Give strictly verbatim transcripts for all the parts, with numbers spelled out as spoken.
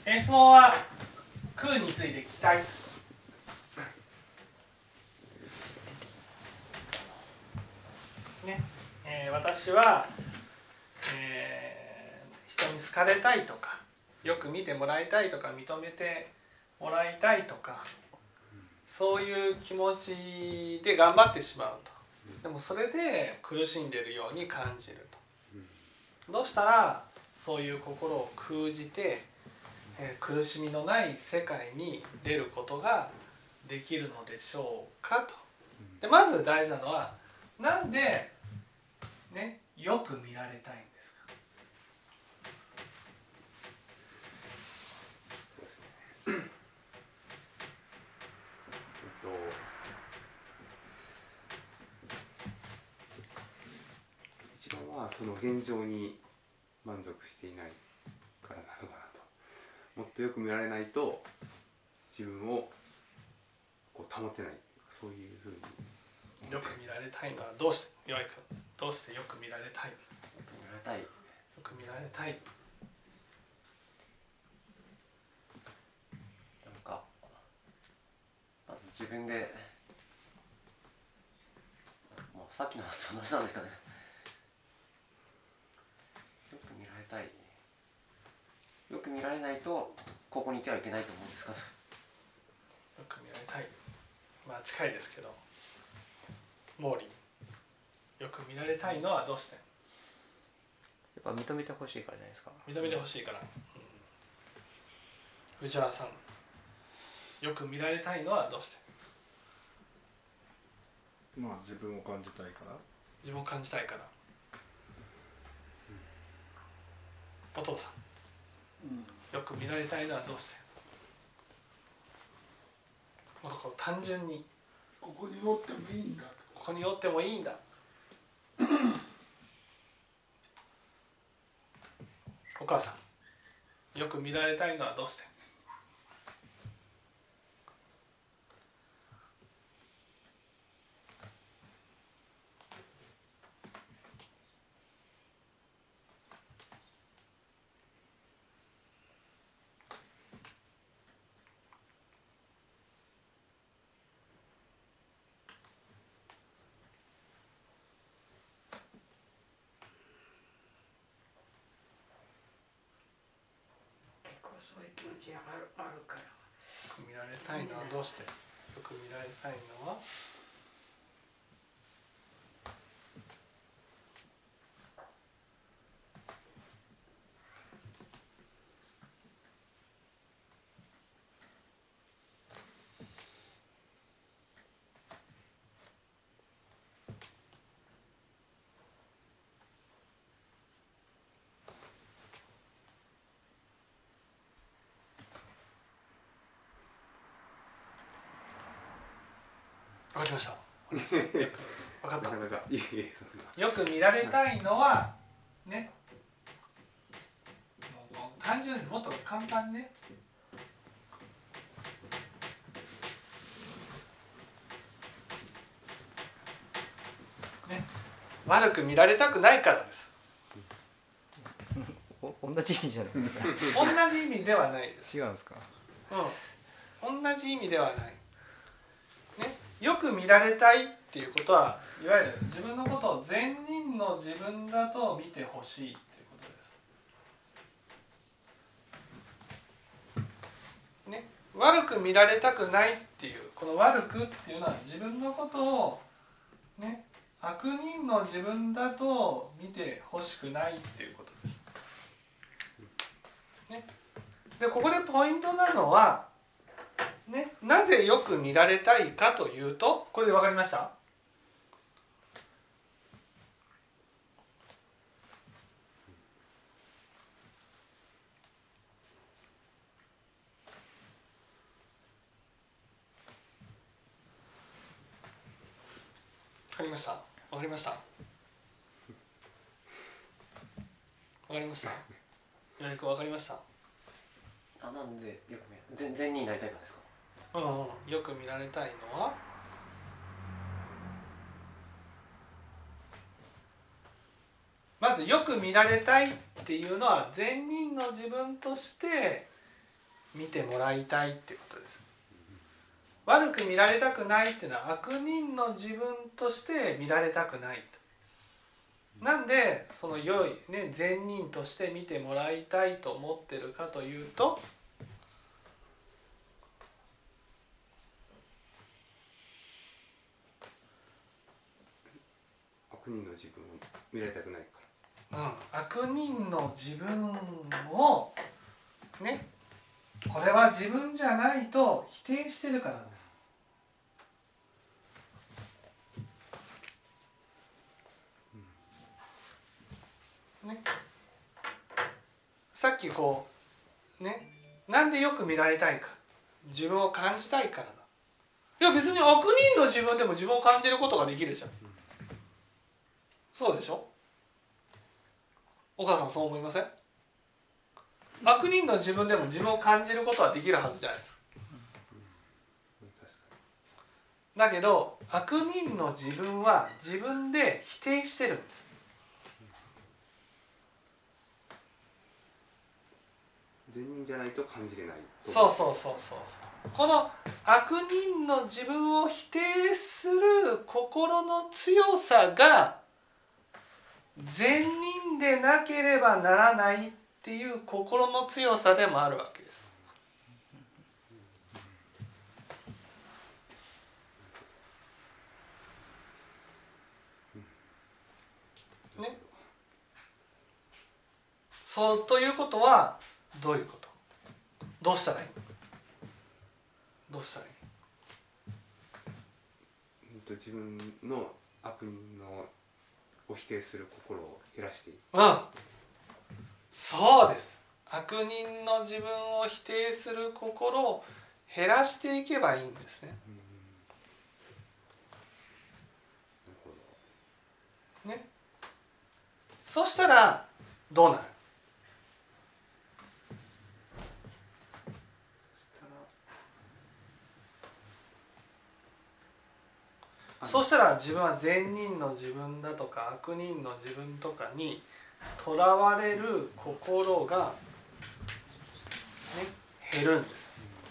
えー、質問は空について聞きたい。ねえー、私は、えー、人に好かれたいとか、よく見てもらいたいとか、認めてもらいたいとか、そういう気持ちで頑張ってしまうと。でもそれで苦しんでいるように感じると。どうしたらそういう心を封じて、えー、苦しみのない世界に出ることができるのでしょうかと。でまず大事なのは、なんで、ね、よく見られたいんですか。 そうですね。えっと一番はその現状に満足していないからなのかなと。もっとよく見られないと自分をこう保てない、そういうふうに。 よく見られたいのはどうして、岩井君、どうしてよく見られたい？よく見られたい。よく見られたい。 なんかまず自分で、もうさっきの話なんですかね。よく見られたい。よく見られないとここにいてはいけないと思うんですかね。 よく見られたい。まあ近いですけど、モーリー、よく見られたいのはどうして？ やっぱ認めてほしいからじゃないですか。 認めてほしいから、うん、藤原さん、よく見られたいのはどうして？ まあ自分を感じたいから。 自分を感じたいから、うん、お父さん、うん、よく見られたいのはどうして？もっと単純に、 ここにおってもいいんだ。 ここにおってもいいんだ。お母さん、よく見られたいのはどうして？ そういう気持ちがある、あるから。よく見られたいのはどうして？よく見られたいのは？わかりました。わかった。よく見られたいのはね、もう単純にもっと簡単ね。ね、悪く見られたくないからです。 同じ意味じゃないですか。 同じ意味ではないです。 違うんですか。 うん、同じ意味ではない。ね、よく見られたいっていうことは、いわゆる自分のことを善人の自分だと見てほしいっていうことです。ね、悪く見られたくないっていう、この悪くっていうのは自分のことをね、悪人の自分だと見てほしくないっていうことです。ね、でここでポイントなのは、ね、なぜよく見られたいかというと、これで分かりました？分かりました？分かりました？分かりました？ようやく分かりました？ あ、なんでよく見善善人になりたいからですか？ うん、よく見られたいのは、まずよく見られたいっていうのは善人の自分として見てもらいたいってことです。悪く見られたくないっていうのは悪人の自分として見られたくないと。なんでその良い、ね、善人として見てもらいたいと思ってるかというと、 悪人の自分を見られたくないかうん、悪人の自分をね、これは自分じゃないと否定してるからです。ね、さっきこうね、なんでよく見られたいか、自分を感じたいからだ。いや別に悪人の自分でも自分を感じることができるじゃん。そうでしょ。お母さんそう思いません？悪人の自分でも自分を感じることはできるはずじゃないですか。だけど悪人の自分は自分で否定してるんです。 善人じゃないと感じれない。 そうそうそうそう。この悪人の自分を否定する心の強さが善人でなければならないっていう心の強さでもあるわけです。ね。そうということはどういうこと？どうしたらいい？どうしたらいい？ 自分の悪人のを否定する心を減らしていく。 うん、そうです。悪人の自分を否定する心を減らしていけばいいんですね。ね。そしたらどうなる？そうしたら自分は善人の自分だとか悪人の自分とかにとらわれる心が、ね、減るんです。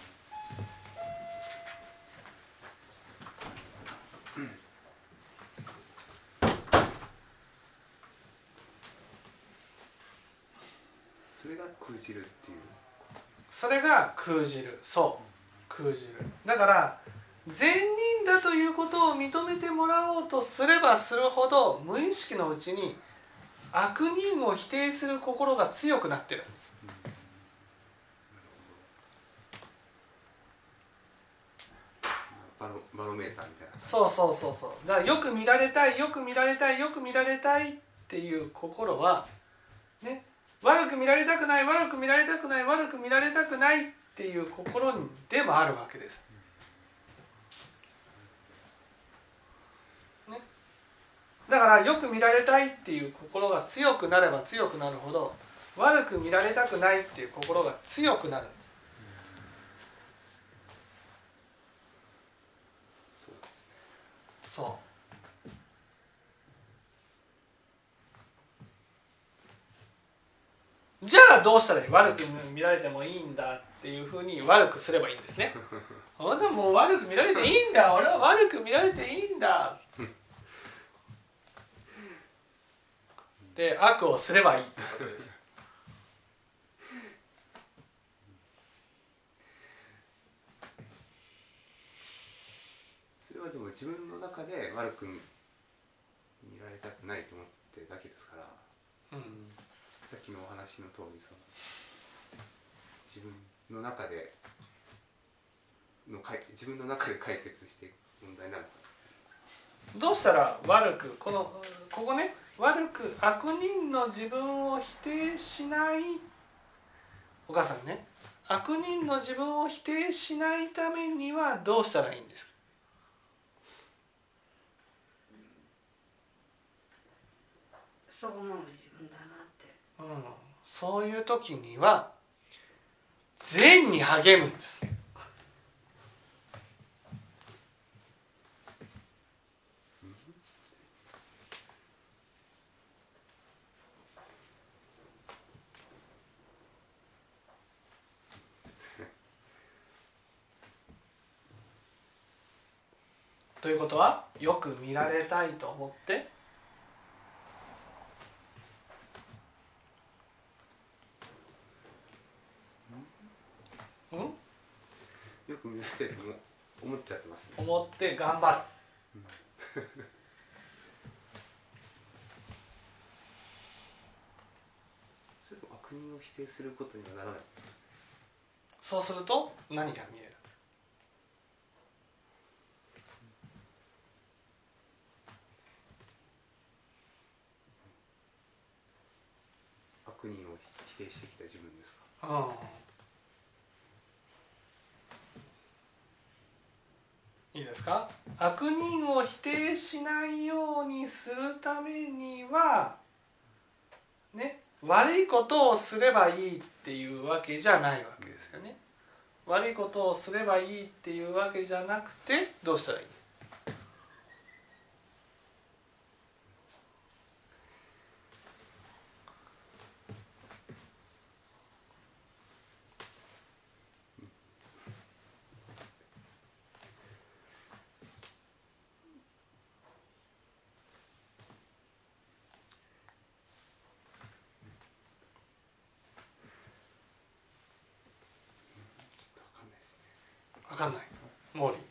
それが空じるっていう。 それが空じる。そう空じる。だから善人だということを認めてもらおうとすればするほど無意識のうちに悪人を否定する心が強くなってるんです。 バロ、バロメーターみたいな。 そうそうそうそう。だからよく見られたい、よく見られたい、よく見られたいっていう心はね、悪く見られたくない、悪く見られたくない、悪く見られたくないっていう心でもあるわけです。ね、だからよく見られたいっていう心が強くなれば強くなるほど悪く見られたくないっていう心が強くなるんです。そう。じゃあどうしたらいい？悪く見られてもいいんだっていうふうに悪くすればいいんですね。ほんでもう悪く見られていいんだ、俺は悪く見られていいんだで悪をすればいいってことです。 それはでも自分の中で悪く見られたくないと思ってるだけですから、うん、さっきのお話の通りその自分の中での自分の中で解決していく問題なのかな。 どうしたら悪くこのここね、悪く悪人の自分を否定しない、お母さんね、悪人の自分を否定しないためにはどうしたらいいんですか？ そう思う自分だなって、 うん、そういう時には善に励むんです。 ということはよく見られたいと思ってうんよく見られてるも思っちゃってますね。 思って頑張るそれとも悪人を否定することにはならない。 そうすると何が見える？ 悪人を否定してきた自分ですか。 うん、いいですか？悪人を否定しないようにするためにはね、悪いことをすればいいっていうわけじゃないわけですよね。悪いことをすればいいっていうわけじゃなくてどうしたらいい？分かんない。モーリ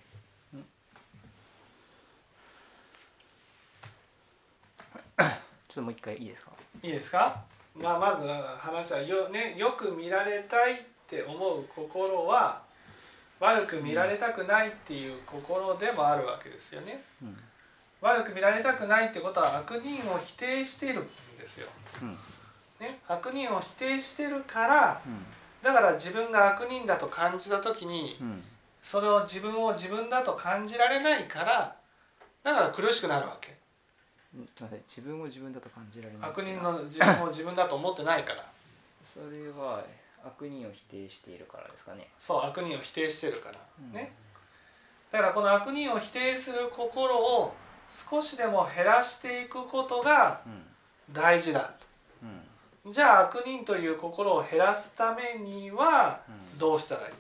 ちょっともう一回いいですか？ ーいいですか？まあ、まず話は よ,、ね、よく見られたいって思う心は悪く見られたくないっていう心でもあるわけですよね、うん、悪く見られたくないってことは悪人を否定しているんですよ、うんね、悪人を否定してるから、うん、だから自分が悪人だと感じた時に、うんそれを自分を自分だと感じられないからだから苦しくなるわけ。 自分を自分だと感じられない。 悪人の自分を自分だと思ってないからそれは悪人を否定しているからですかね。 そう悪人を否定しているから、うん、ね。だからこの悪人を否定する心を少しでも減らしていくことが大事だと、うん、じゃあ悪人という心を減らすためにはどうしたらいい？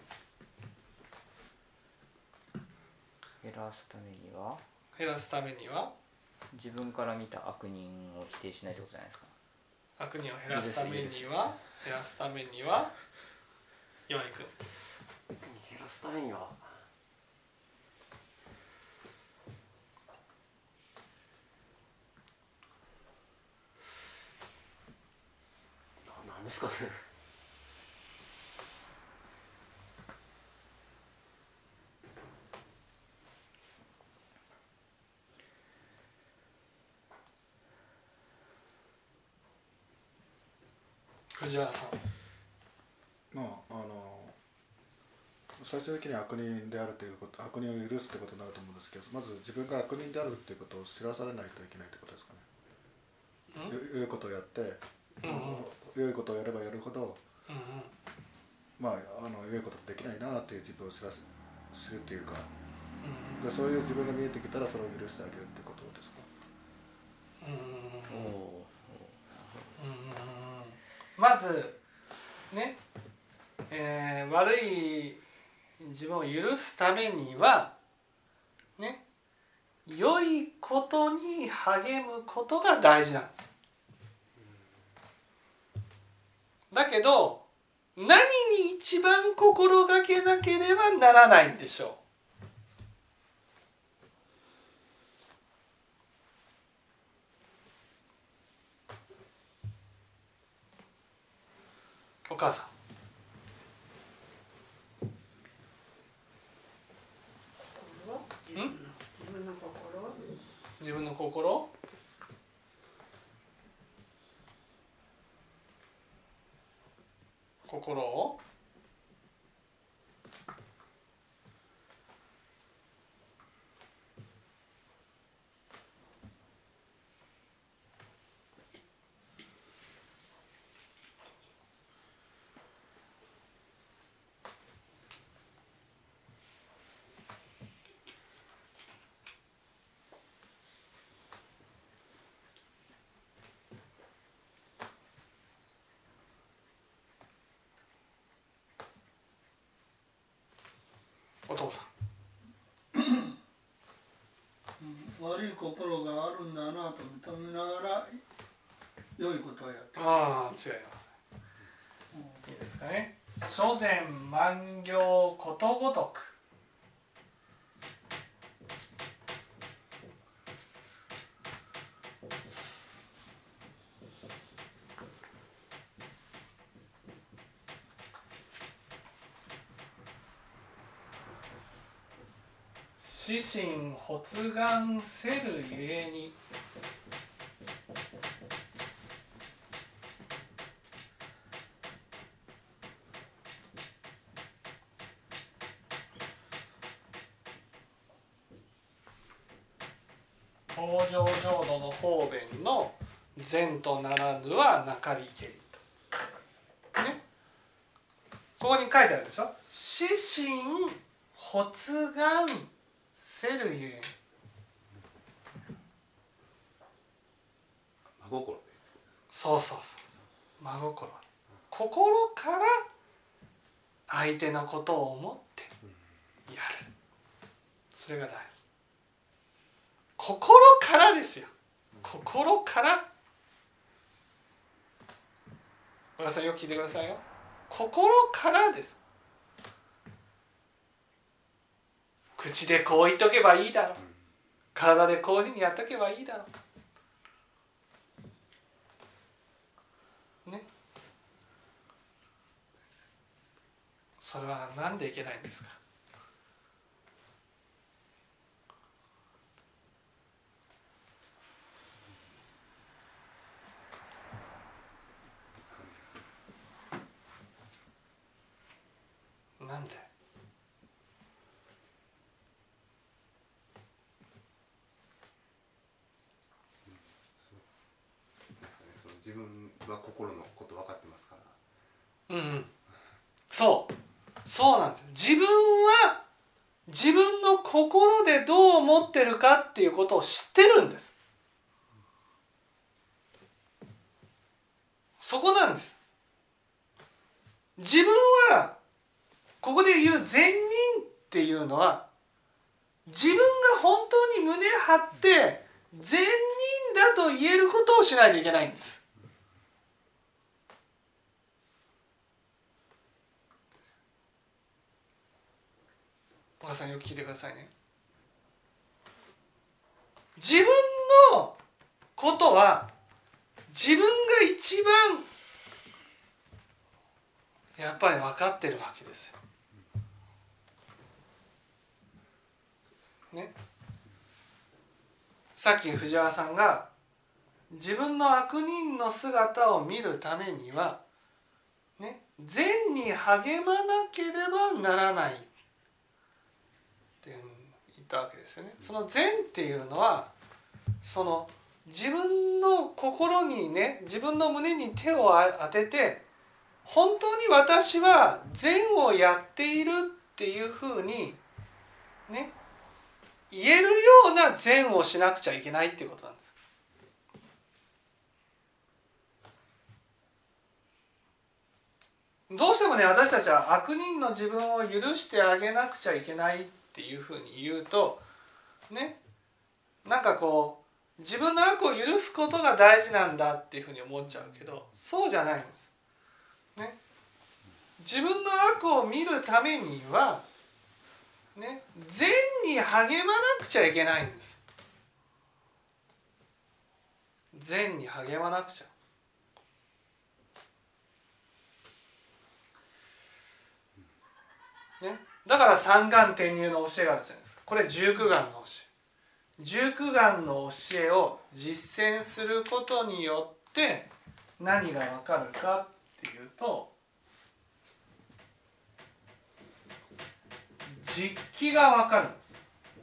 減らすためには減らすためには自分から見た悪人を否定しないってことじゃないですか。 悪人を減らすためには減らすためには岩井君減らすためにはな、なんですかね藤原さん。 まああの最終的に悪人であるということ悪人を許すということになると思うんですけどまず自分が悪人であるということを知らされないといけないということですかね。良いことをやって、うんうん、良いことをやればやるほど、うんうん、まああの良いことできないなという自分を知らす知るというか、うんうん、でそういう自分が見えてきたらそれを許してあげるってことですか。 うんうんまずね、えー、悪い自分を許すためにはね、良いことに励むことが大事なんです。だけど何に一番心がけなければならないんでしょう？お母さん。 自分の心。 自分の心。心を。お父さん。 悪い心があるんだなと認めながら良いことをやってる。 ああ、違います。いいですかね。諸善万行ことごとく。自身発願せるゆえに法上浄土の方便の善とならぬはなかりけりと、ね、ここに書いてあるでしょ。自身発願せるゆえに真心で。 そうそうそう真心、心から相手のことを思ってやる、それが大事。心からですよ。心から。皆さんよく聞いてくださいよ。心からです。口でこう言っとけばいいだろう、体でこういうふうにやっとけばいいだろうね。それはなんでいけないんですか。なんで。 自分は心のこと分かってますから。うんうん。そうそうなんです。自分は自分の心でどう思ってるかっていうことを知ってるんです。そこなんです。自分はここで言う善人っていうのは、自分が本当に胸張って善人だと言えることをしないといけないんです。お母さんよく聞いてくださいね。自分のことは自分が一番やっぱり分かってるわけですよ。ね。さっき藤原さんが自分の悪人の姿を見るためには、ね、善に励まなければならないって言ったわけですよね。その善っていうのは、その自分の心にね、自分の胸に手を当てて、本当に私は善をやっているっていうふうにね、言えるような善をしなくちゃいけないっていうことなんです。どうしてもね、私たちは悪人の自分を許してあげなくちゃいけないっていうふうに言うとね、なんかこう自分の悪を許すことが大事なんだっていうふうに思っちゃうけど、そうじゃないんです、ね、自分の悪を見るためにはね、善に励まなくちゃいけないんです。善に励まなくちゃ。ね、だから三眼転入の教えがあるじゃないですか。これ十九眼の教え。十九眼の教えを実践することによって何がわかるかっていうと、実機がわかるんです。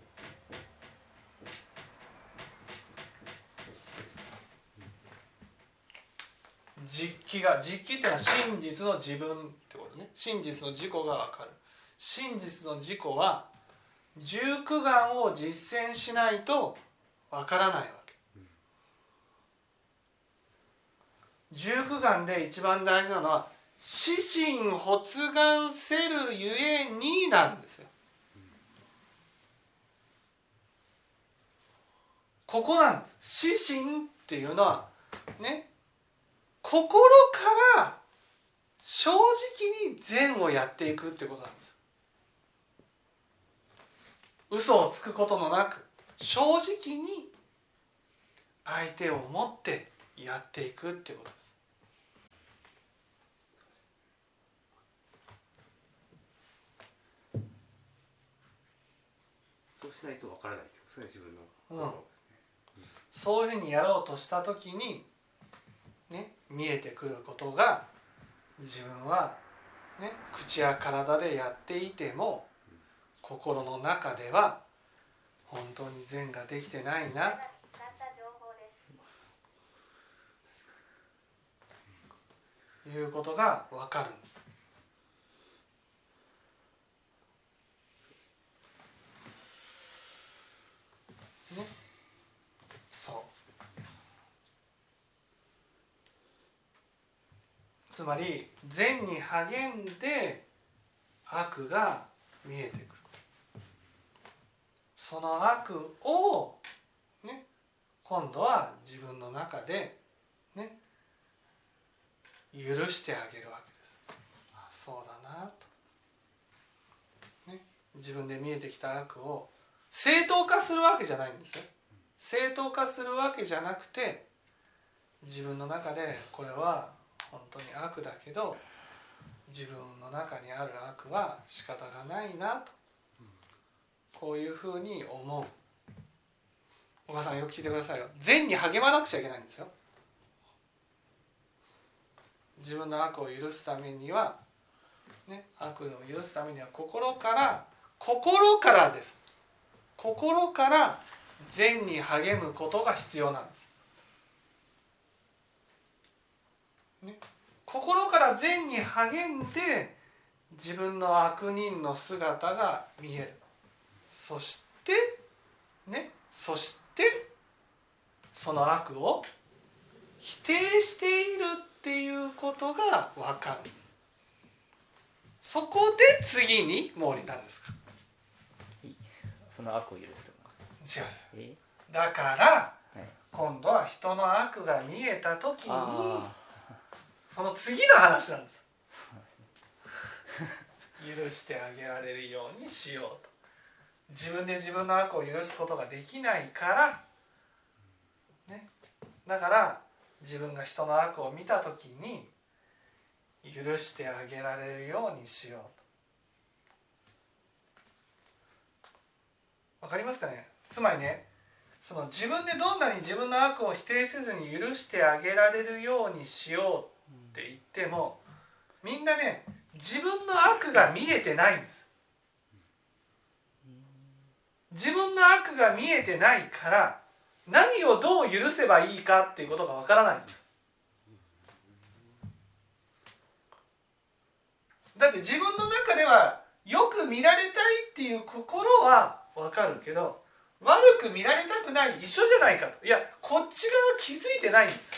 実機が、実機っていうのは真実の自分ってことね。真実の自己がわかる。真実の自己は十九眼を実践しないとわからないわけ。十九眼で一番大事なのは自身発願せるゆえになんですよ。 ここなんです。死心っていうのはね、心から正直に善をやっていくってことなんです。嘘をつくことのなく正直に相手を思ってやっていくってことです。 そうしないとわからないってことですね、自分のうん心ですね。 そういうふうにやろうとしたときに、ね、見えてくることが自分は、ね、口や体でやっていても心の中では本当に善ができてないなということが分かるんです。ね、そうつまり善に励んで悪が見えてくる。その悪を、ね、今度は自分の中で、ね、許してあげるわけです。あ、そうだなと、ね、自分で見えてきた悪を正当化するわけじゃないんですよ。正当化するわけじゃなくて、自分の中でこれは本当に悪だけど自分の中にある悪は仕方がないなと、こういうふうに思う。お母さんよく聞いてくださいよ。善に励まなくちゃいけないんですよ。自分の悪を許すためには、ね、悪を許すためには心から心からです。心から善に励むことが必要なんです、ね、心から善に励んで自分の悪人の姿が見える。そしてね、そしてその悪を否定しているっていうことが分かる。そこで次にもう何ですか。 その悪を許すとか。 違う。 えだから、はい、今度は人の悪が見えた時にその次の話なんです。許してあげられるようにしようと。自分で自分の悪を許すことができないから、ね、だから自分が人の悪を見た時に許してあげられるようにしようと。わかりますかね。つまりね、その自分でどんなに自分の悪を否定せずに許してあげられるようにしようって言っても、みんなね、自分の悪が見えてないんです。自分の悪が見えてないから何をどう許せばいいかっていうことがわからないんです。だって自分の中ではよく見られたいっていう心はわかるけど、悪く見られたくない、一緒じゃないかと。いや、こっち側気づいてないんです、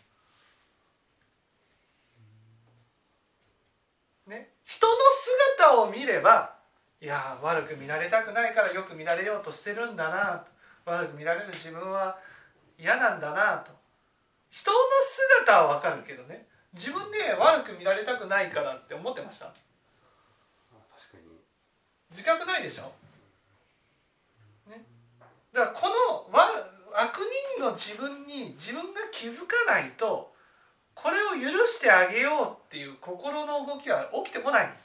ね、人の姿を見れば、いや悪く見られたくないからよく見られようとしてるんだなと、悪く見られる自分は嫌なんだなと、人の姿は分かるけどね、自分で悪く見られたくないからって思ってました？ 確かに自覚ないでしょ、ね、だからこの悪人の自分に自分が気づかないと、これを許してあげようっていう心の動きは起きてこないんです。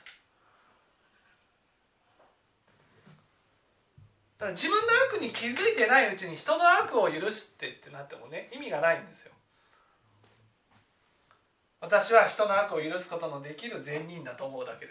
だから自分の悪に気づいてないうちに人の悪を許してってなってもね、意味がないんですよ。私は人の悪を許すことのできる善人だと思うだけです。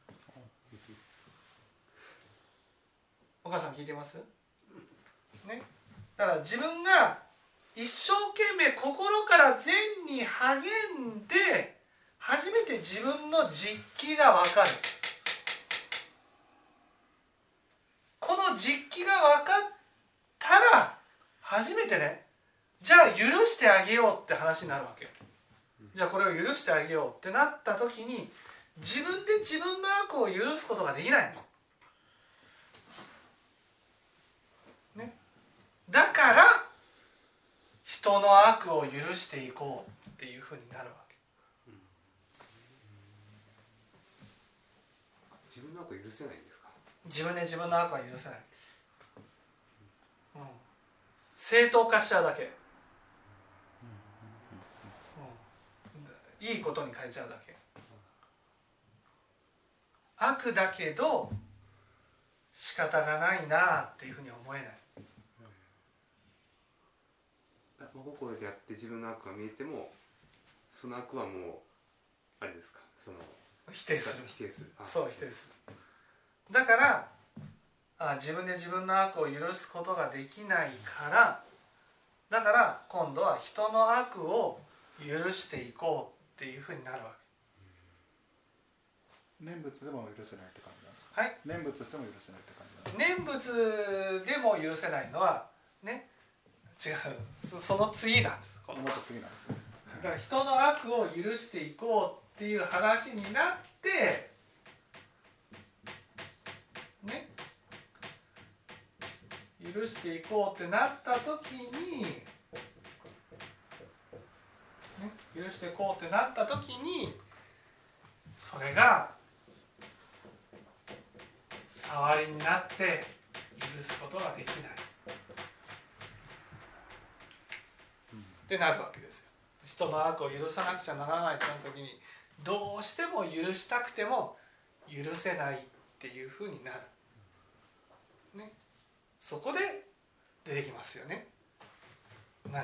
お母さん聞いてます？ね、だから自分が一生懸命心から善に励んで初めて自分の実機が分かる。この実機が分かったら初めてね、じゃあ許してあげようって話になるわけよ。じゃあこれを許してあげようってなった時に、自分で自分の悪を許すことができないの、ね、だから人の悪を許していこうっていうふうになるわけ。 自分の悪を許せないんですか？ 自分で自分の悪は許せない、うん、正当化しちゃうだけ、うん、いいことに変えちゃうだけ。悪だけど仕方がないなっていうふうに思えない。 真心でやって自分の悪が見えてもその悪はもうあれですか、その否定する。 否定する。 そう、否定する。だからあ自分で自分の悪を許すことができないから、だから今度は人の悪を許していこうっていうふうになるわけ。 念仏でも許せないって感じなんですか？ はい。 念仏しても許せないって感じなんですか？ 念仏でも許せないのはね、違う、その次なんです。 もっと次なんですね。 だから人の悪を許していこうっていう話になってね、許していこうってなった時に、ね、許していこうってなった時にそれが触りになって許すことができないってなるわけですよ。人の悪を許さなくちゃならないとなった時にどうしても許したくても許せないっていうふうになる、ね、そこで出てきますよね。何？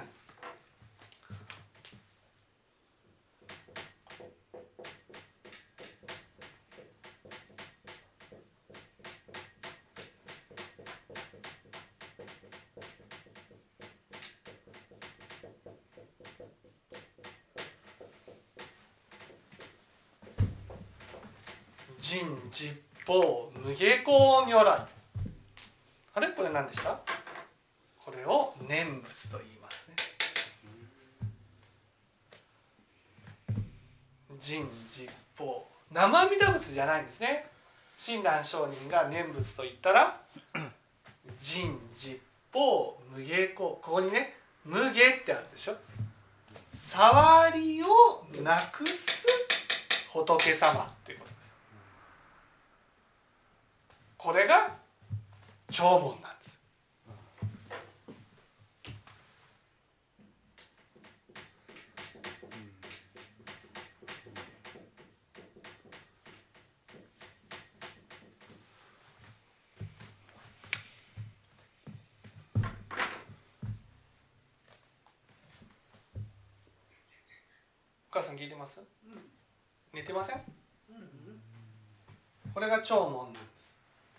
人十法無下校如来。あれこれ何でした？これを念仏と言いますね。人十法、生阿弥陀仏じゃないんですね。親鸞上人が念仏と言ったら人十法無下校、ここにね無下ってあるでしょ。触りをなくす仏様っていうことです。これが弔問なんです。お母さん聞いてます？寝てません？これが弔問なんです。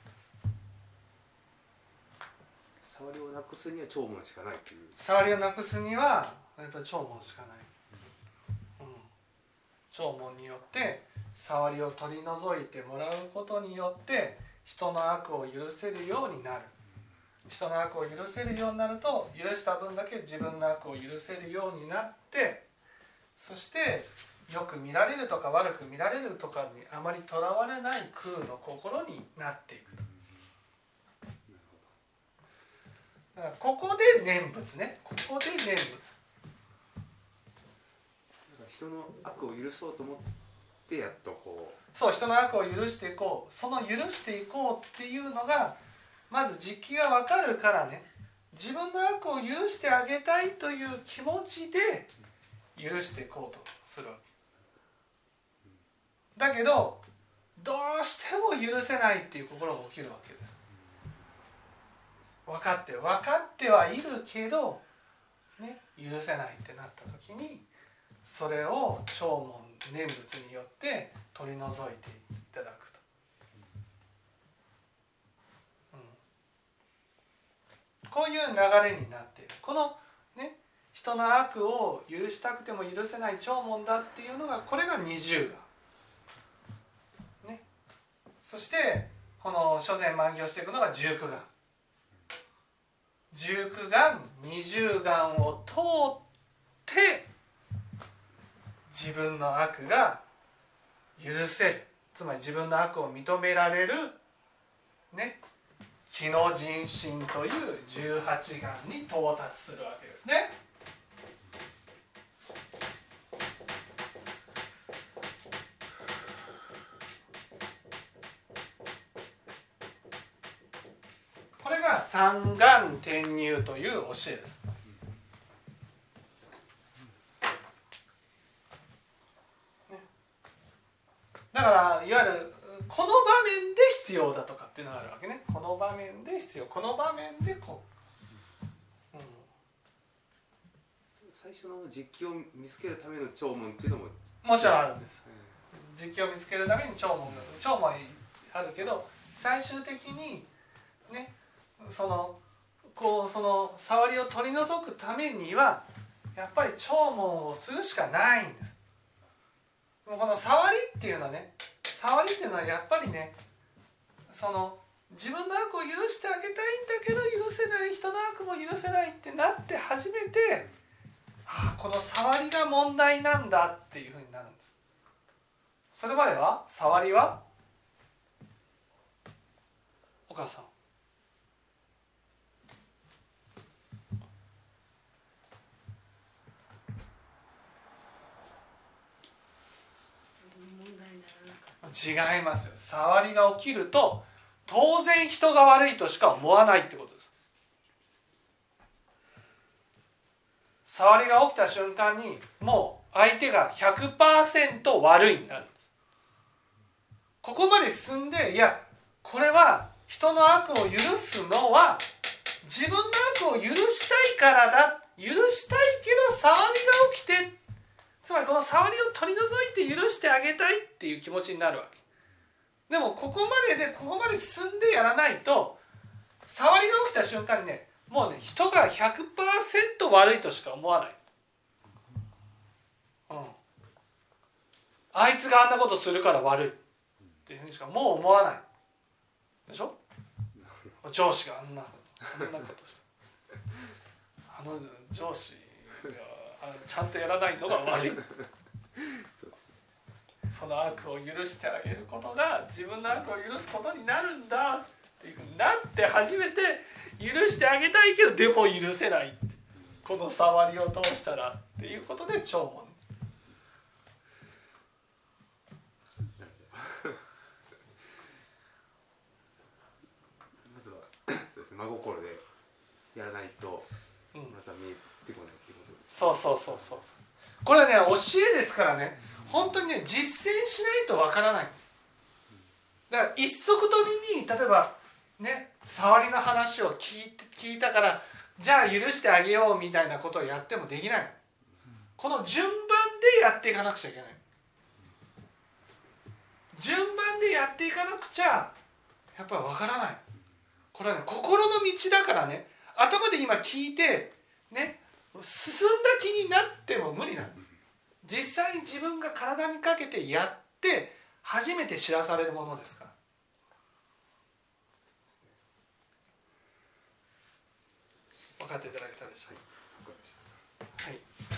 触りをなくすには弔問しかないという。 触りをなくすにはやっぱり弔問しかない、うん、弔問によって触りを取り除いてもらうことによって人の悪を許せるようになる。人の悪を許せるようになると許した分だけ自分の悪を許せるようになって、そしてよく見られるとか悪く見られるとかにあまりとらわれない空の心になっていくと。だからここで念仏ね、ここで念仏。 人の悪を許そうと思ってやっとこう。 そう、人の悪を許していこう。その許していこうっていうのがまず実機が分かるからね、自分の悪を許してあげたいという気持ちで許していこうとするわけだけど、どうしても許せないっていう心が起きるわけです。分かって分かってはいるけど、ね、許せないってなった時にそれを弔問念仏によって取り除いていただくと、うん、こういう流れになっている。このね、人の悪を許したくても許せない弔問だっていうのが、これが二十願、ね、そしてこの諸善万行していくのが十九願。十九願二十願を通って自分の悪が許せる、つまり自分の悪を認められるね、気の人心という十八願に到達するわけですね。 三眼転入という教えです。だからいわゆるこの場面で必要だとかっていうのがあるわけね。この場面で必要、この場面でこう、うん、 最初の実機を見つけるための聴聞っていうのももちろんあるんです。実機を見つけるために聴聞が聴聞あるけど、最終的にね、そのこうその触りを取り除くためにはやっぱり聴聞をするしかないんです。この触りっていうのはね、触りっていうのはやっぱりね、その自分の悪を許してあげたいんだけど許せない、人の悪も許せないってなって初めて、はあ、この触りが問題なんだっていうふうになるんです。それまでは触りはお母さん違いますよ。触りが起きると当然人が悪いとしか思わないってことです。触りが起きた瞬間にもう相手が ひゃくパーセント 悪いになるんです。ここまで進んで、いやこれは人の悪を許すのは自分の悪を許したいからだ、許したいけど触りが起きて、つまりこの触りを取り除いて許してあげたいっていう気持ちになるわけ。でもここまででここまで進んでやらないと、触りが起きた瞬間にね、もうね人が ひゃくパーセント 悪いとしか思わない、うん、あいつがあんなことするから悪いっていうふうにしかもう思わないでしょ。上司があんなあんなことしてあの上司がちゃんとやらないのが悪いその悪を許してあげることが自分の悪を許すことになるんだっていうふうになって初めて許してあげたいけどでも許せないって、この触りを通したらっていうことで聴聞。 まずはそうですね、真心でやらないとまた見えてこないってことです。 そうそうそうそう。これはね教えですからね、本当にね実践しないとわからないんです。だから一足飛びに例えばね触りの話を聞いて聞いたからじゃあ許してあげようみたいなことをやってもできない。この順番でやっていかなくちゃいけない。順番でやっていかなくちゃやっぱりわからない。これはね心の道だからね、頭で今聞いてね進んだ気になっても無理なんです。実際に自分が体にかけてやって初めて知らされるものですから。分かっていただけたでしょうか。はい。